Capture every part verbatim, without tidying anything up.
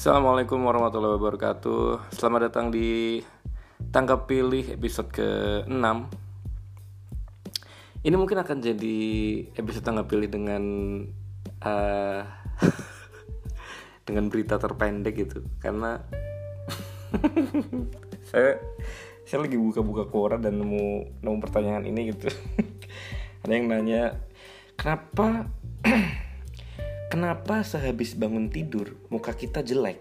Assalamualaikum warahmatullahi wabarakatuh. Selamat datang di Tangkap Pilih episode keenam. Ini mungkin akan jadi episode Tangkap Pilih dengan uh, dengan berita terpendek gitu. Karena saya saya lagi buka-buka koran dan nemu nemu pertanyaan ini gitu. Ada yang nanya, kenapa Kenapa sehabis bangun tidur muka kita jelek?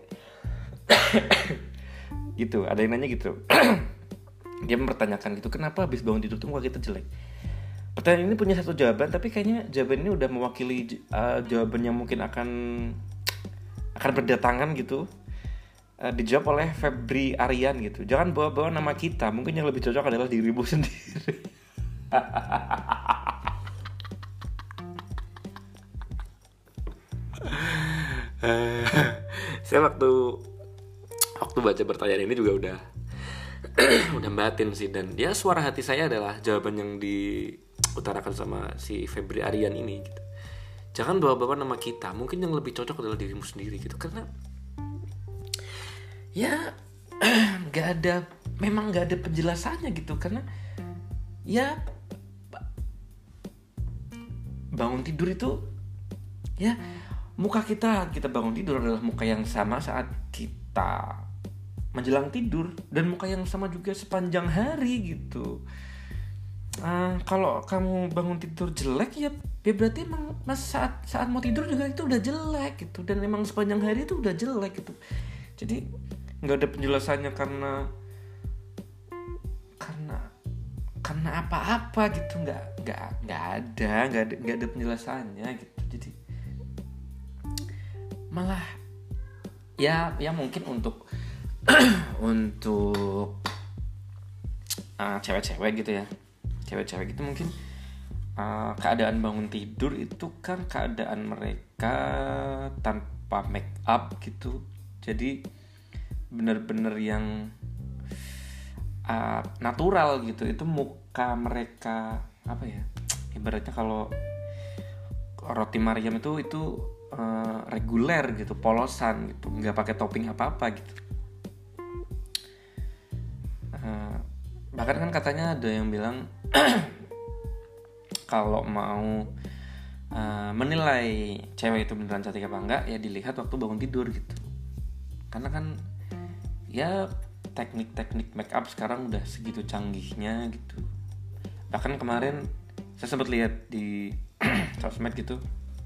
Gitu, ada yang nanya gitu. Dia mempertanyakan gitu, kenapa habis bangun tidur tuh muka kita jelek? Pertanyaan ini punya satu jawaban, tapi kayaknya jawaban ini udah mewakili uh, jawaban yang mungkin akan akan berdatangan gitu. Uh, dijawab oleh Febri Aryan gitu. Jangan bawa-bawa nama kita, mungkin yang lebih cocok adalah dirimu sendiri. Saya waktu waktu baca pertanyaan ini juga udah udah batin sih, dan ya suara hati saya adalah jawaban yang diutarakan sama si Febri Aryan ini gitu. Jangan bawa-bawa nama kita, mungkin yang lebih cocok adalah dirimu sendiri gitu. Karena ya nggak ada, memang nggak ada penjelasannya gitu. Karena ya bangun tidur itu ya, muka kita kita bangun tidur adalah muka yang sama saat kita menjelang tidur, dan muka yang sama juga sepanjang hari gitu. Uh, kalau kamu bangun tidur jelek ya, ya berarti emang mas saat saat mau tidur juga itu udah jelek gitu, dan emang sepanjang hari itu udah jelek gitu. Jadi nggak ada penjelasannya karena karena karena apa-apa gitu, nggak nggak nggak ada nggak ada nggak ada penjelasannya gitu. Jadi malah ya ya mungkin untuk untuk uh, cewek-cewek gitu ya, cewek-cewek gitu mungkin uh, keadaan bangun tidur itu kan keadaan mereka tanpa make up gitu. Jadi bener-bener yang uh, natural gitu. Itu muka mereka apa ya, ibaratnya kalau roti Mariam itu itu Uh, reguler gitu, polosan gitu, nggak pakai topping apa-apa gitu. Uh, bahkan kan katanya ada yang bilang kalau mau uh, menilai cewek itu beneran cantik apa enggak, ya dilihat waktu bangun tidur gitu. Karena kan ya teknik-teknik make up sekarang udah segitu canggihnya gitu. Bahkan kemarin saya sempat lihat di sosmed gitu,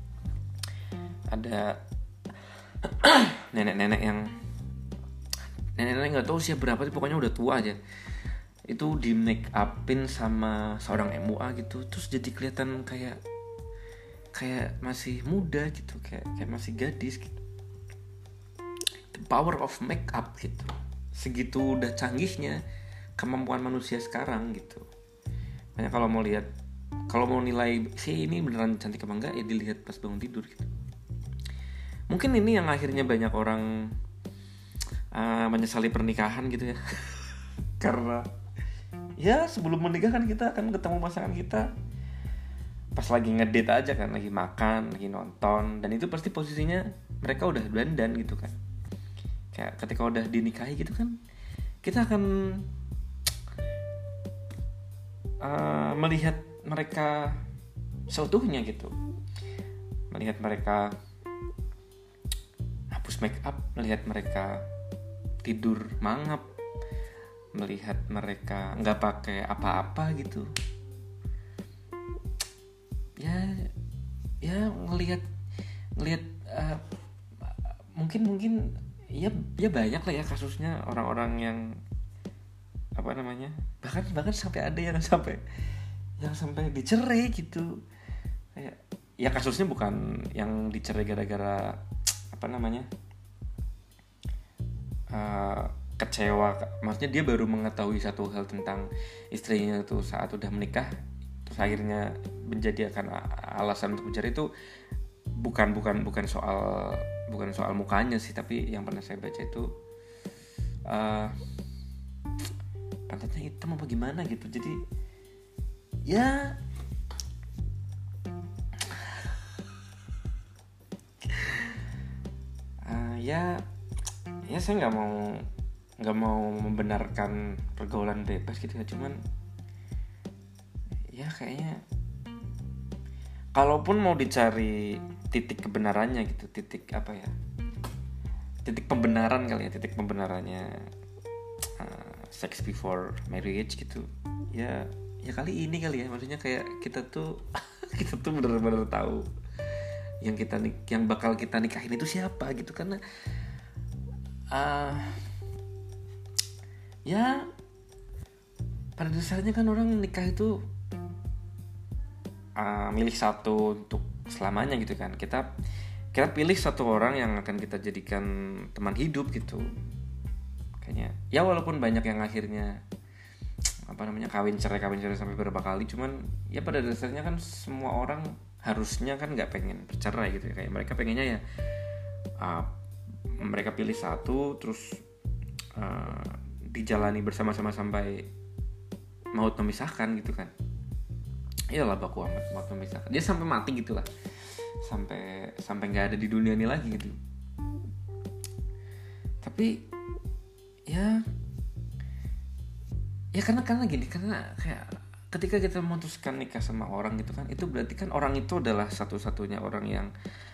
ada nenek-nenek yang nenek-nenek nggak tahu usia berapa sih, pokoknya udah tua aja, itu di make upin sama seorang M U A gitu, terus jadi kelihatan kayak kayak masih muda gitu, kayak kayak masih gadis gitu. The power of make up gitu, segitu udah canggihnya kemampuan manusia sekarang gitu. Makanya kalau mau lihat, kalau mau nilai sih ini beneran cantik apa enggak, ya dilihat pas bangun tidur gitu. Mungkin ini yang akhirnya banyak orang uh, menyesali pernikahan gitu ya. Karena ya sebelum menikah kan kita akan ketemu pasangan kita pas lagi ngedate aja kan, lagi makan, lagi nonton, dan itu pasti posisinya mereka udah dandan gitu kan. Kayak ketika udah dinikahi gitu kan, kita akan uh, melihat mereka seutuhnya gitu. Melihat mereka hapus make up, melihat mereka tidur mangap, melihat mereka nggak pakai apa-apa gitu. Ya, ya ngelihat ngelihat uh, mungkin mungkin ya ya banyak lah ya kasusnya orang-orang yang apa namanya, bahkan bahkan sampai ada yang sampai yang sampai dicerai gitu. Kayak ya kasusnya bukan yang dicerai gara-gara apa namanya uh, kecewa, maksudnya dia baru mengetahui satu hal tentang istrinya itu saat udah menikah, terus akhirnya menjadikan alasan untuk mencari itu bukan bukan bukan soal bukan soal mukanya sih, tapi yang pernah saya baca itu uh, pantatnya hitam apa gimana gitu. Jadi ya uh, ya ya saya nggak mau nggak mau membenarkan pergaulan bebas gitu ya, cuman ya kayaknya kalaupun mau dicari titik kebenarannya gitu, titik apa ya, titik pembenaran kali ya, titik pembenarannya uh, sex before marriage gitu ya, ya kali ini kali ya, maksudnya kayak kita tuh kita tuh benar-benar tahu yang kita yang bakal kita nikahin itu siapa gitu, karena uh, ya pada dasarnya kan orang nikah itu uh, milih satu untuk selamanya gitu kan, kita kita pilih satu orang yang akan kita jadikan teman hidup gitu kayaknya ya, walaupun banyak yang akhirnya apa namanya kawin cerai kawin cerai sampai berapa kali, cuman ya pada dasarnya kan semua orang harusnya kan nggak pengen bercerai gitu ya, kayak mereka pengennya ya uh, mereka pilih satu terus uh, dijalani bersama-sama sampai maut memisahkan gitu kan. Iyalah baku amat maut memisahkan, dia sampai mati gitulah, sampai sampai nggak ada di dunia ini lagi gitu. Tapi ya ya karena karena gini, karena kayak ketika kita memutuskan nikah sama orang gitu kan, itu berarti kan orang itu adalah satu-satunya orang yang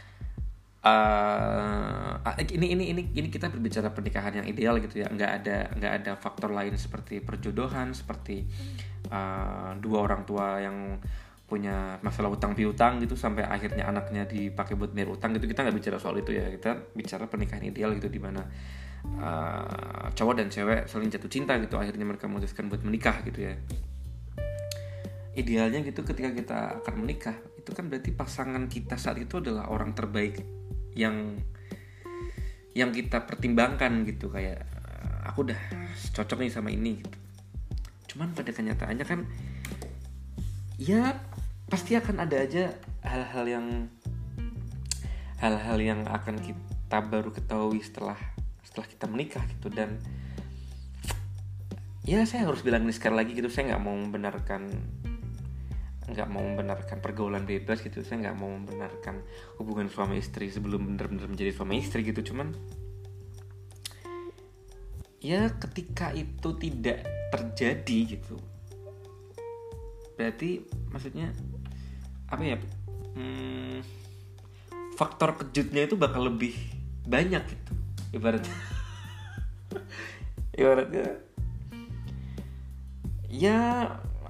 uh, ini ini ini ini kita berbicara pernikahan yang ideal gitu ya, nggak ada nggak ada faktor lain seperti perjodohan, seperti uh, dua orang tua yang punya masalah utang piutang gitu sampai akhirnya anaknya dipakai buat bayar utang gitu, kita nggak bicara soal itu ya, kita bicara pernikahan ideal gitu, di mana uh, cowok dan cewek saling jatuh cinta gitu, akhirnya mereka memutuskan buat menikah gitu ya. Idealnya gitu ketika kita akan menikah itu kan berarti pasangan kita saat itu adalah orang terbaik yang yang kita pertimbangkan gitu, kayak aku udah cocok nih sama ini gitu. Cuman pada kenyataannya kan ya pasti akan ada aja hal-hal yang hal-hal yang akan kita baru ketahui setelah setelah kita menikah gitu. Dan ya saya harus bilang ini sekali lagi gitu, saya nggak mau membenarkan nggak mau membenarkan pergaulan bebas gitu, saya nggak mau membenarkan hubungan suami istri sebelum benar-benar menjadi suami istri gitu. Cuman ya ketika itu tidak terjadi gitu, berarti maksudnya apa ya, hmm, faktor kejutnya itu bakal lebih banyak gitu ibaratnya. ibaratnya ya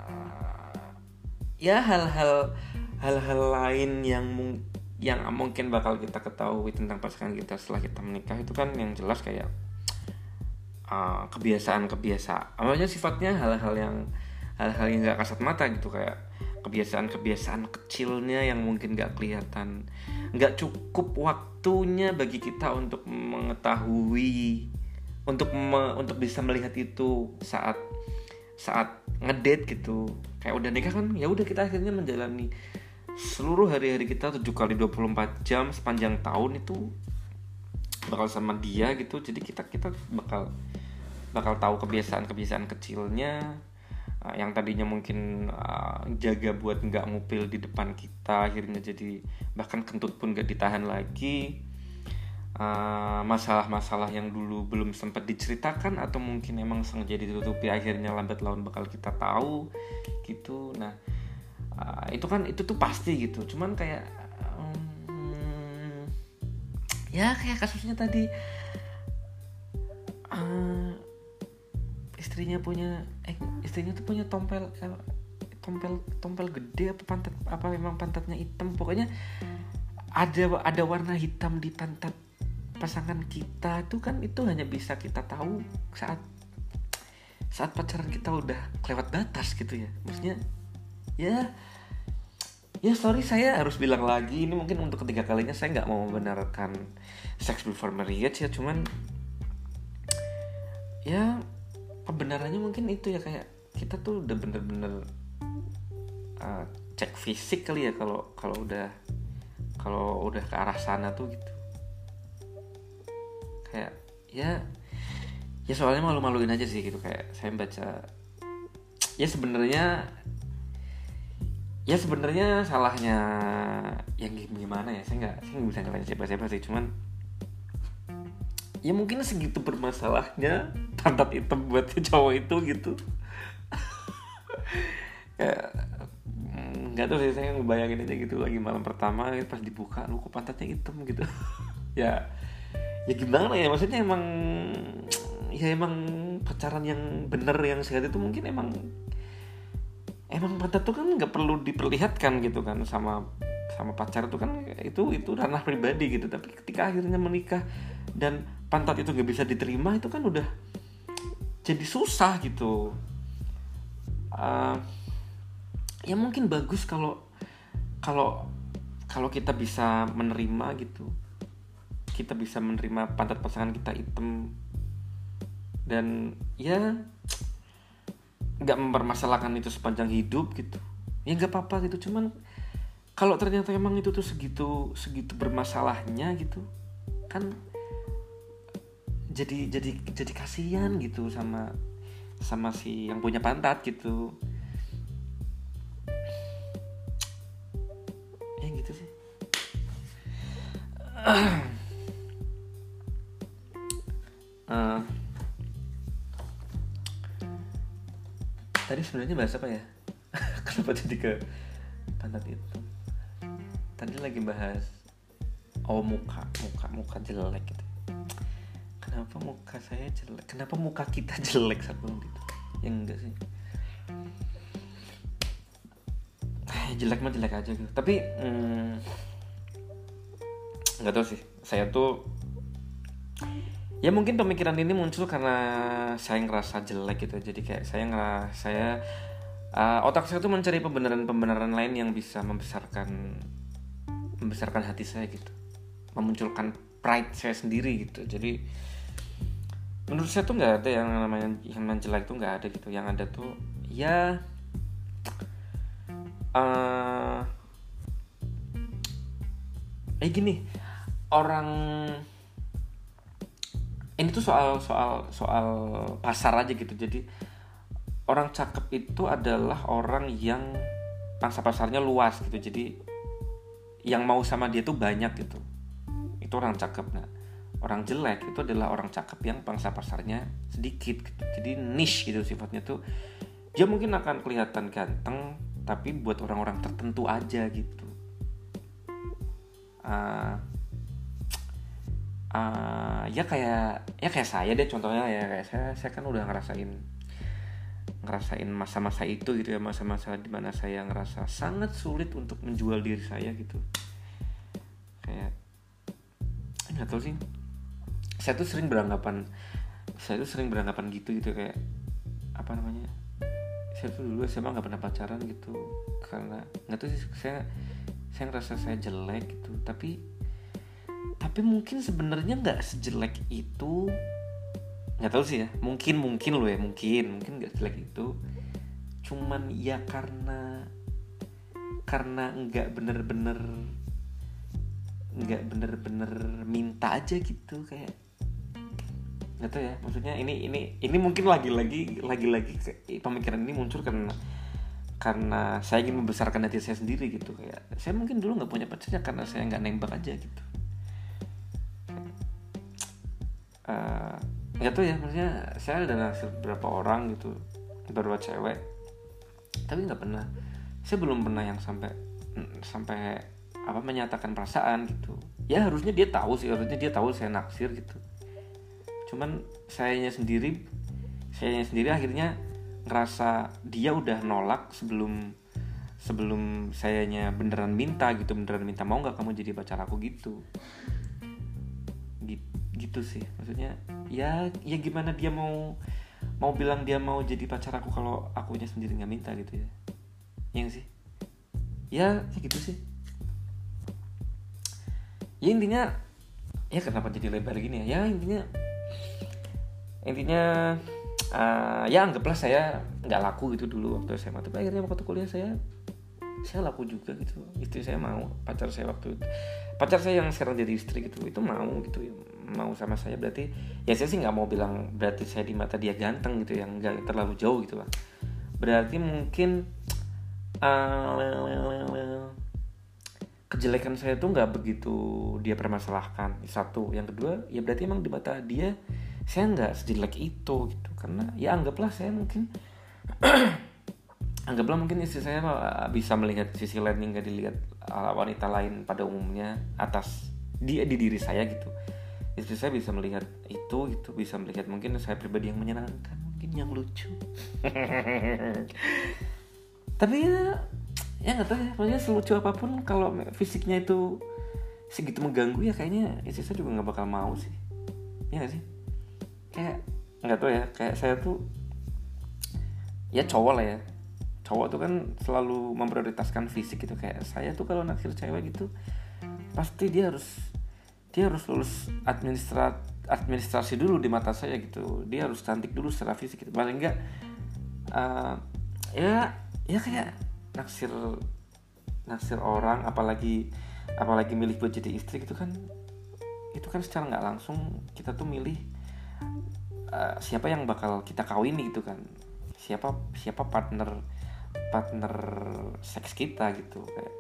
ya hal-hal hal-hal lain yang mung, yang mungkin bakal kita ketahui tentang pasangan kita setelah kita menikah itu kan yang jelas kayak uh, kebiasaan-kebiasaan, maksudnya sifatnya hal-hal yang hal-hal yang nggak kasat mata gitu, kayak kebiasaan-kebiasaan kecilnya yang mungkin nggak kelihatan, nggak cukup waktunya bagi kita untuk mengetahui, untuk me, untuk bisa melihat itu saat saat ngedate gitu. Kayak udah nikah kan ya udah, kita akhirnya menjalani seluruh hari-hari kita tujuh kali dua puluh empat jam sepanjang tahun itu bakal sama dia gitu. Jadi kita kita bakal bakal tahu kebiasaan-kebiasaan kecilnya uh, yang tadinya mungkin uh, jaga buat nggak ngupil di depan kita, akhirnya jadi bahkan kentut pun nggak ditahan lagi. Uh, masalah-masalah yang dulu belum sempat diceritakan atau mungkin emang sengaja ditutupi, akhirnya lambat laun bakal kita tahu gitu. Nah uh, itu kan itu tuh pasti gitu. Cuman kayak um, ya kayak kasusnya tadi, uh, istrinya punya eh istrinya tuh punya tompel eh, tompel tompel gede apa pantat apa memang pantatnya hitam, pokoknya ada ada warna hitam di pantat pasangan kita tuh kan, itu hanya bisa kita tahu saat saat pacaran kita udah kelewat batas gitu ya. Maksudnya ya ya sorry saya harus bilang lagi, ini mungkin untuk ketiga kalinya, saya nggak mau membenarkan sex before marriage ya, cuman ya kebenarannya mungkin itu ya, kayak kita tuh udah bener-bener uh, cek fisik kali ya kalau kalau udah kalau udah ke arah sana tuh gitu. Kayak ya ya soalnya malu-maluin aja sih gitu, kayak saya baca ya sebenarnya ya sebenarnya salahnya yang gimana ya, saya nggak saya nggak bisa ngelain siapa-siapa sih, cuman ya mungkin segitu bermasalahnya pantat hitam buat cowok itu gitu. Ya nggak tahu sih, saya ngebayangin aja gitu lagi malam pertama pas dibuka, lu kok pantatnya hitam gitu. ya ya gimana ya, maksudnya emang ya emang pacaran yang bener yang sehat itu mungkin emang emang pantat tuh kan nggak perlu diperlihatkan gitu kan sama sama pacar tuh kan, itu itu ranah pribadi gitu. Tapi ketika akhirnya menikah dan pantat itu nggak bisa diterima, itu kan udah jadi susah gitu. Uh, ya mungkin bagus kalau kalau kalau kita bisa menerima gitu, kita bisa menerima pantat pasangan kita hitam dan ya nggak mempermasalahkan itu sepanjang hidup gitu, ya nggak apa-apa gitu. Cuman kalau ternyata emang itu tuh segitu segitu bermasalahnya gitu kan, jadi jadi jadi kasihan gitu sama sama si yang punya pantat gitu. Ya gitu sih. uh, tadi sebenarnya bahas apa ya? Kenapa jadi ke pantat itu? Tadi lagi bahas oh muka muka muka jelek gitu. Kenapa muka saya jelek? Kenapa muka kita jelek satu gitu? Ya enggak sih. Jelek mah jelek aja gitu. Tapi hmm, nggak tahu sih. Saya tuh ya mungkin pemikiran ini muncul karena saya ngerasa jelek gitu. Jadi kayak saya ngerasa saya uh, otak saya tuh mencari pembenaran-pembenaran lain yang bisa membesarkan membesarkan hati saya gitu, memunculkan pride saya sendiri gitu. Jadi menurut saya tuh nggak ada yang namanya yang namanya jelek tuh nggak ada gitu. Yang ada tuh ya uh, eh gini, orang ini tuh soal soal soal pasar aja gitu. Jadi orang cakep itu adalah orang yang pangsa pasarnya luas gitu. Jadi yang mau sama dia tuh banyak gitu. Itu orang cakep. Nah, orang jelek itu adalah orang cakep yang pangsa pasarnya sedikit gitu. Jadi niche gitu sifatnya tuh. Dia mungkin akan kelihatan ganteng, tapi buat orang-orang tertentu aja gitu. Uh, uh, ya kayak ya kayak saya deh contohnya ya, kayak saya saya kan udah ngerasain ngerasain masa-masa itu gitu ya, masa-masa dimana saya ngerasa sangat sulit untuk menjual diri saya gitu. Kayak nggak tahu sih, saya tuh sering beranggapan saya tuh sering beranggapan gitu gitu kayak apa namanya, saya tuh dulu saya mah nggak pernah pacaran gitu karena nggak tahu sih, saya saya ngerasa saya jelek gitu. Tapi tapi mungkin sebenarnya nggak sejelek itu, nggak tahu sih ya, mungkin mungkin loh ya mungkin mungkin nggak jelek itu, cuman ya karena karena nggak bener-bener nggak bener-bener minta aja gitu. Kayak nggak tahu ya, maksudnya ini ini ini mungkin lagi-lagi lagi-lagi pemikiran ini muncul karena karena saya ingin membesarkan hati saya sendiri gitu. Kayak saya mungkin dulu nggak punya pacarnya karena saya nggak nembak aja gitu. Uh, nggak tahu ya, maksudnya saya udah naksir beberapa orang gitu, beberapa cewek, tapi nggak pernah, saya belum pernah yang sampai sampai apa menyatakan perasaan gitu. Ya harusnya dia tahu sih, harusnya dia tahu saya naksir gitu. Cuman sayanya sendiri, sayanya sendiri akhirnya ngerasa dia udah nolak sebelum sebelum sayanya beneran minta gitu, beneran minta mau nggak kamu jadi pacar aku gitu. Gitu sih, maksudnya ya ya gimana dia mau mau bilang dia mau jadi pacar aku kalau akunya sendiri nggak minta gitu ya, yang sih ya kayak gitu sih. Ya intinya ya kenapa jadi lebar gini ya, ya intinya intinya uh, ya anggaplah saya nggak laku gitu dulu waktu S M A, tapi akhirnya waktu kuliah saya saya laku juga gitu. Istri saya mau, pacar saya waktu itu, pacar saya yang sekarang jadi istri gitu, itu mau gitu ya, mau sama saya. Berarti ya saya sih nggak mau bilang berarti saya di mata dia ganteng gitu, yang nggak terlalu jauh gitu lah. Berarti mungkin uh, kejelekan saya tuh nggak begitu dia permasalahkan. Satu, yang kedua ya berarti emang di mata dia saya nggak sejelek itu gitu. Karena ya anggaplah saya mungkin anggaplah mungkin istri saya bisa melihat sisi lain yang nggak dilihat wanita lain pada umumnya atas dia di diri saya gitu. Istri saya bisa melihat itu gitu, bisa melihat mungkin saya pribadi yang menyenangkan, mungkin yang lucu. Tapi ya ya nggak tahu ya, maksudnya selucu apapun kalau fisiknya itu segitu mengganggu ya kayaknya istri saya juga nggak bakal mau sih, ya nggak sih? Kayak nggak tahu ya, kayak saya tuh ya cowok lah ya, cowok tuh kan selalu memprioritaskan fisik gitu. Kayak saya tuh kalau naksir cewek gitu pasti dia harus dia harus lulus administrat administrasi dulu di mata saya gitu, dia harus cantik dulu secara fisik gitu. Paling enggak uh, ya ya kayak naksir naksir orang, apalagi apalagi milih buat jadi istri gitu kan, itu kan secara nggak langsung kita tuh milih uh, siapa yang bakal kita kawini gitu kan, siapa siapa partner partner seks kita gitu. Kayak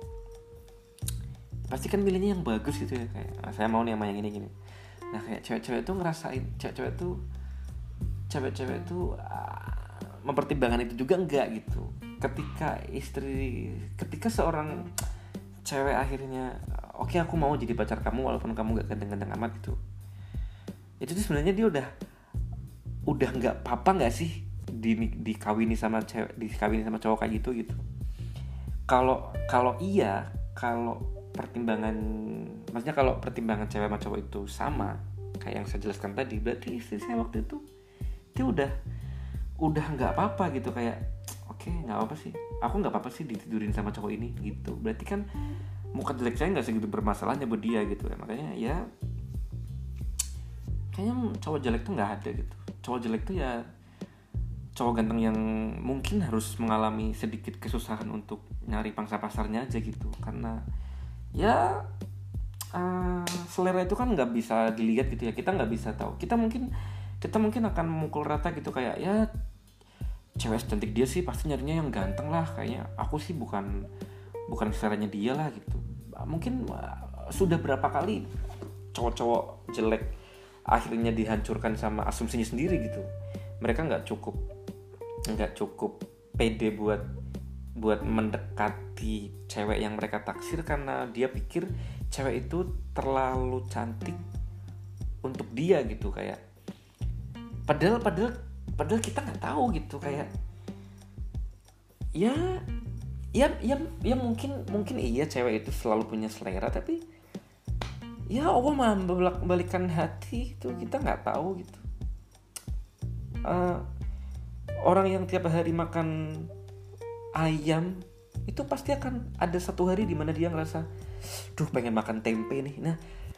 pasti kan milihnya yang bagus gitu ya, kayak ah, saya mau nih sama yang ini gini. Nah kayak cewek-cewek tuh ngerasain, cewek-cewek tuh cewek-cewek tuh uh, mempertimbangkan itu juga enggak gitu. Ketika istri, ketika seorang cewek akhirnya oke okay, aku mau jadi pacar kamu walaupun kamu gak ganteng-ganteng amat gitu, itu tuh sebenarnya dia udah udah nggak apa-apa nggak sih di dikawini sama cewek, dikawini sama cowok kayak gitu gitu. Kalau kalau iya, kalau pertimbangan, maksudnya kalau pertimbangan cewek sama cowok itu sama kayak yang saya jelaskan tadi, berarti istri saya waktu itu dia udah udah nggak apa-apa gitu. Kayak oke okay, nggak apa-apa sih, aku nggak apa-apa sih ditidurin sama cowok ini gitu. Berarti kan muka jelek saya nggak segitu bermasalahnya buat dia gitu ya. Makanya ya kayaknya cowok jelek tuh nggak ada gitu. Cowok jelek tuh ya cowok ganteng yang mungkin harus mengalami sedikit kesusahan untuk nyari pangsa pasarnya aja gitu. Karena ya uh, selera itu kan nggak bisa dilihat gitu ya, kita nggak bisa tahu. Kita mungkin kita mungkin akan memukul rata gitu, kayak ya cewek secantik dia sih pasti nyarinya yang ganteng lah, kayaknya aku sih bukan bukan seleranya dia lah gitu. Mungkin uh, sudah berapa kali cowok-cowok jelek akhirnya dihancurkan sama asumsinya sendiri gitu. Mereka nggak cukup nggak cukup pede buat buat mendekati cewek yang mereka taksir karena dia pikir cewek itu terlalu cantik untuk dia gitu. Kayak padahal padahal padahal kita nggak tahu gitu. Kayak ya ya ya ya mungkin mungkin iya cewek itu selalu punya selera, tapi ya Allah mah membalikkan hati itu kita nggak tahu gitu. Uh, orang yang tiap hari makan ayam itu pasti akan ada satu hari di mana dia ngerasa, duh pengen makan tempe nih. Nah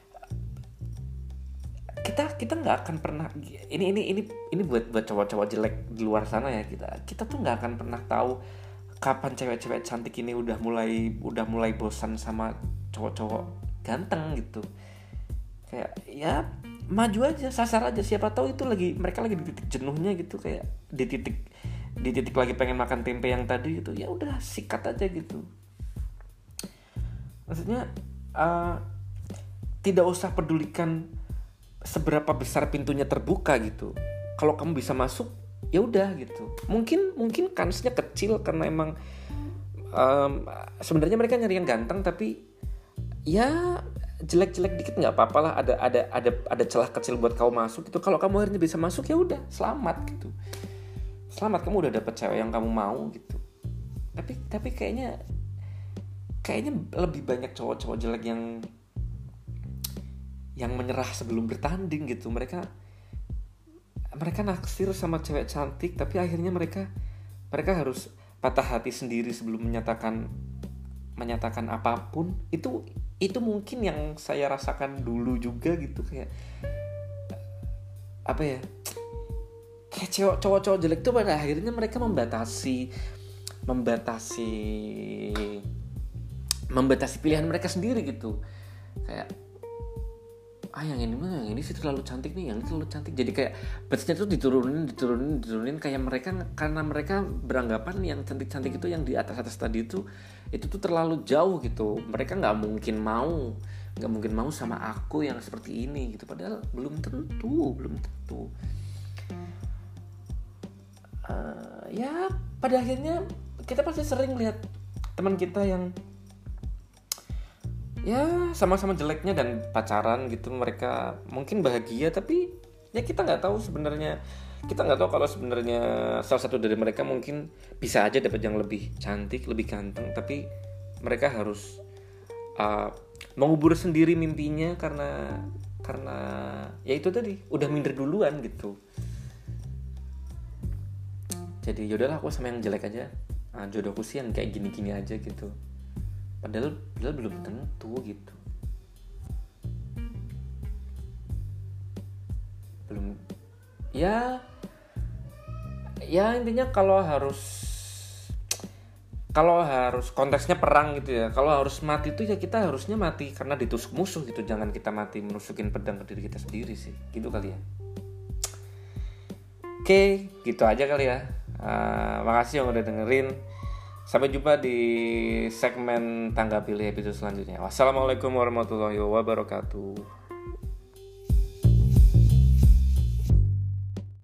kita kita nggak akan pernah, ini ini ini ini buat buat cowok-cowok jelek di luar sana ya, kita kita tuh nggak akan pernah tahu kapan cewek-cewek cantik ini udah mulai udah mulai bosan sama cowok-cowok ganteng gitu. Kayak ya maju aja, sasar aja, siapa tahu itu lagi mereka lagi di titik jenuhnya gitu, kayak di titik di titik lagi pengen makan tempe yang tadi gitu. Ya udah sikat aja gitu. Maksudnya uh, tidak usah pedulikan seberapa besar pintunya terbuka gitu. Kalau kamu bisa masuk ya udah gitu. Mungkin mungkin kansnya kecil karena emang um, sebenarnya mereka nyari yang ganteng, tapi ya jelek-jelek dikit nggak apa-apa lah, ada ada ada ada celah kecil buat kamu masuk gitu. Kalau kamu akhirnya bisa masuk ya udah selamat gitu, selamat, kamu udah dapet cewek yang kamu mau gitu. Tapi tapi kayaknya kayaknya lebih banyak cowok-cowok jelek yang yang menyerah sebelum bertanding gitu. Mereka mereka naksir sama cewek cantik, tapi akhirnya mereka mereka harus patah hati sendiri sebelum menyatakan menyatakan apapun. Itu itu mungkin yang saya rasakan dulu juga gitu. Kayak apa ya, kayak cowok-cowok jelek tuh pada akhirnya mereka membatasi membatasi membatasi pilihan mereka sendiri gitu. Kayak ah yang ini mah yang ini sih terlalu cantik nih, yang ini terlalu cantik, jadi kayak batasnya tuh diturunin diturunin diturunin kayak mereka, karena mereka beranggapan yang cantik-cantik itu yang di atas-atas tadi itu itu tuh terlalu jauh gitu, mereka nggak mungkin mau nggak mungkin mau sama aku yang seperti ini gitu, padahal belum tentu belum tentu uh, ya pada akhirnya kita pasti sering lihat teman kita yang ya sama-sama jeleknya dan pacaran gitu, mereka mungkin bahagia tapi ya kita nggak tahu sebenarnya, kita nggak tahu kalau sebenarnya salah satu dari mereka mungkin bisa aja dapat yang lebih cantik, lebih ganteng, tapi mereka harus uh, mengubur sendiri mimpinya karena karena ya itu tadi udah minder duluan gitu. Jadi yaudahlah aku sama yang jelek aja, nah, jodohku sih yang kayak gini-gini aja gitu. Padahal, padahal belum tentu gitu. Belum. Ya, ya intinya kalau harus, kalau harus konteksnya perang gitu ya. Kalau harus mati itu ya kita harusnya mati karena ditusuk musuh gitu. Jangan kita mati menusukin pedang ke diri kita sendiri sih. Gitu kali ya. Oke, gitu aja kali ya. Uh, makasih yang udah dengerin. Sampai jumpa di segmen Tanggapi episode selanjutnya. Wassalamualaikum warahmatullahi wabarakatuh.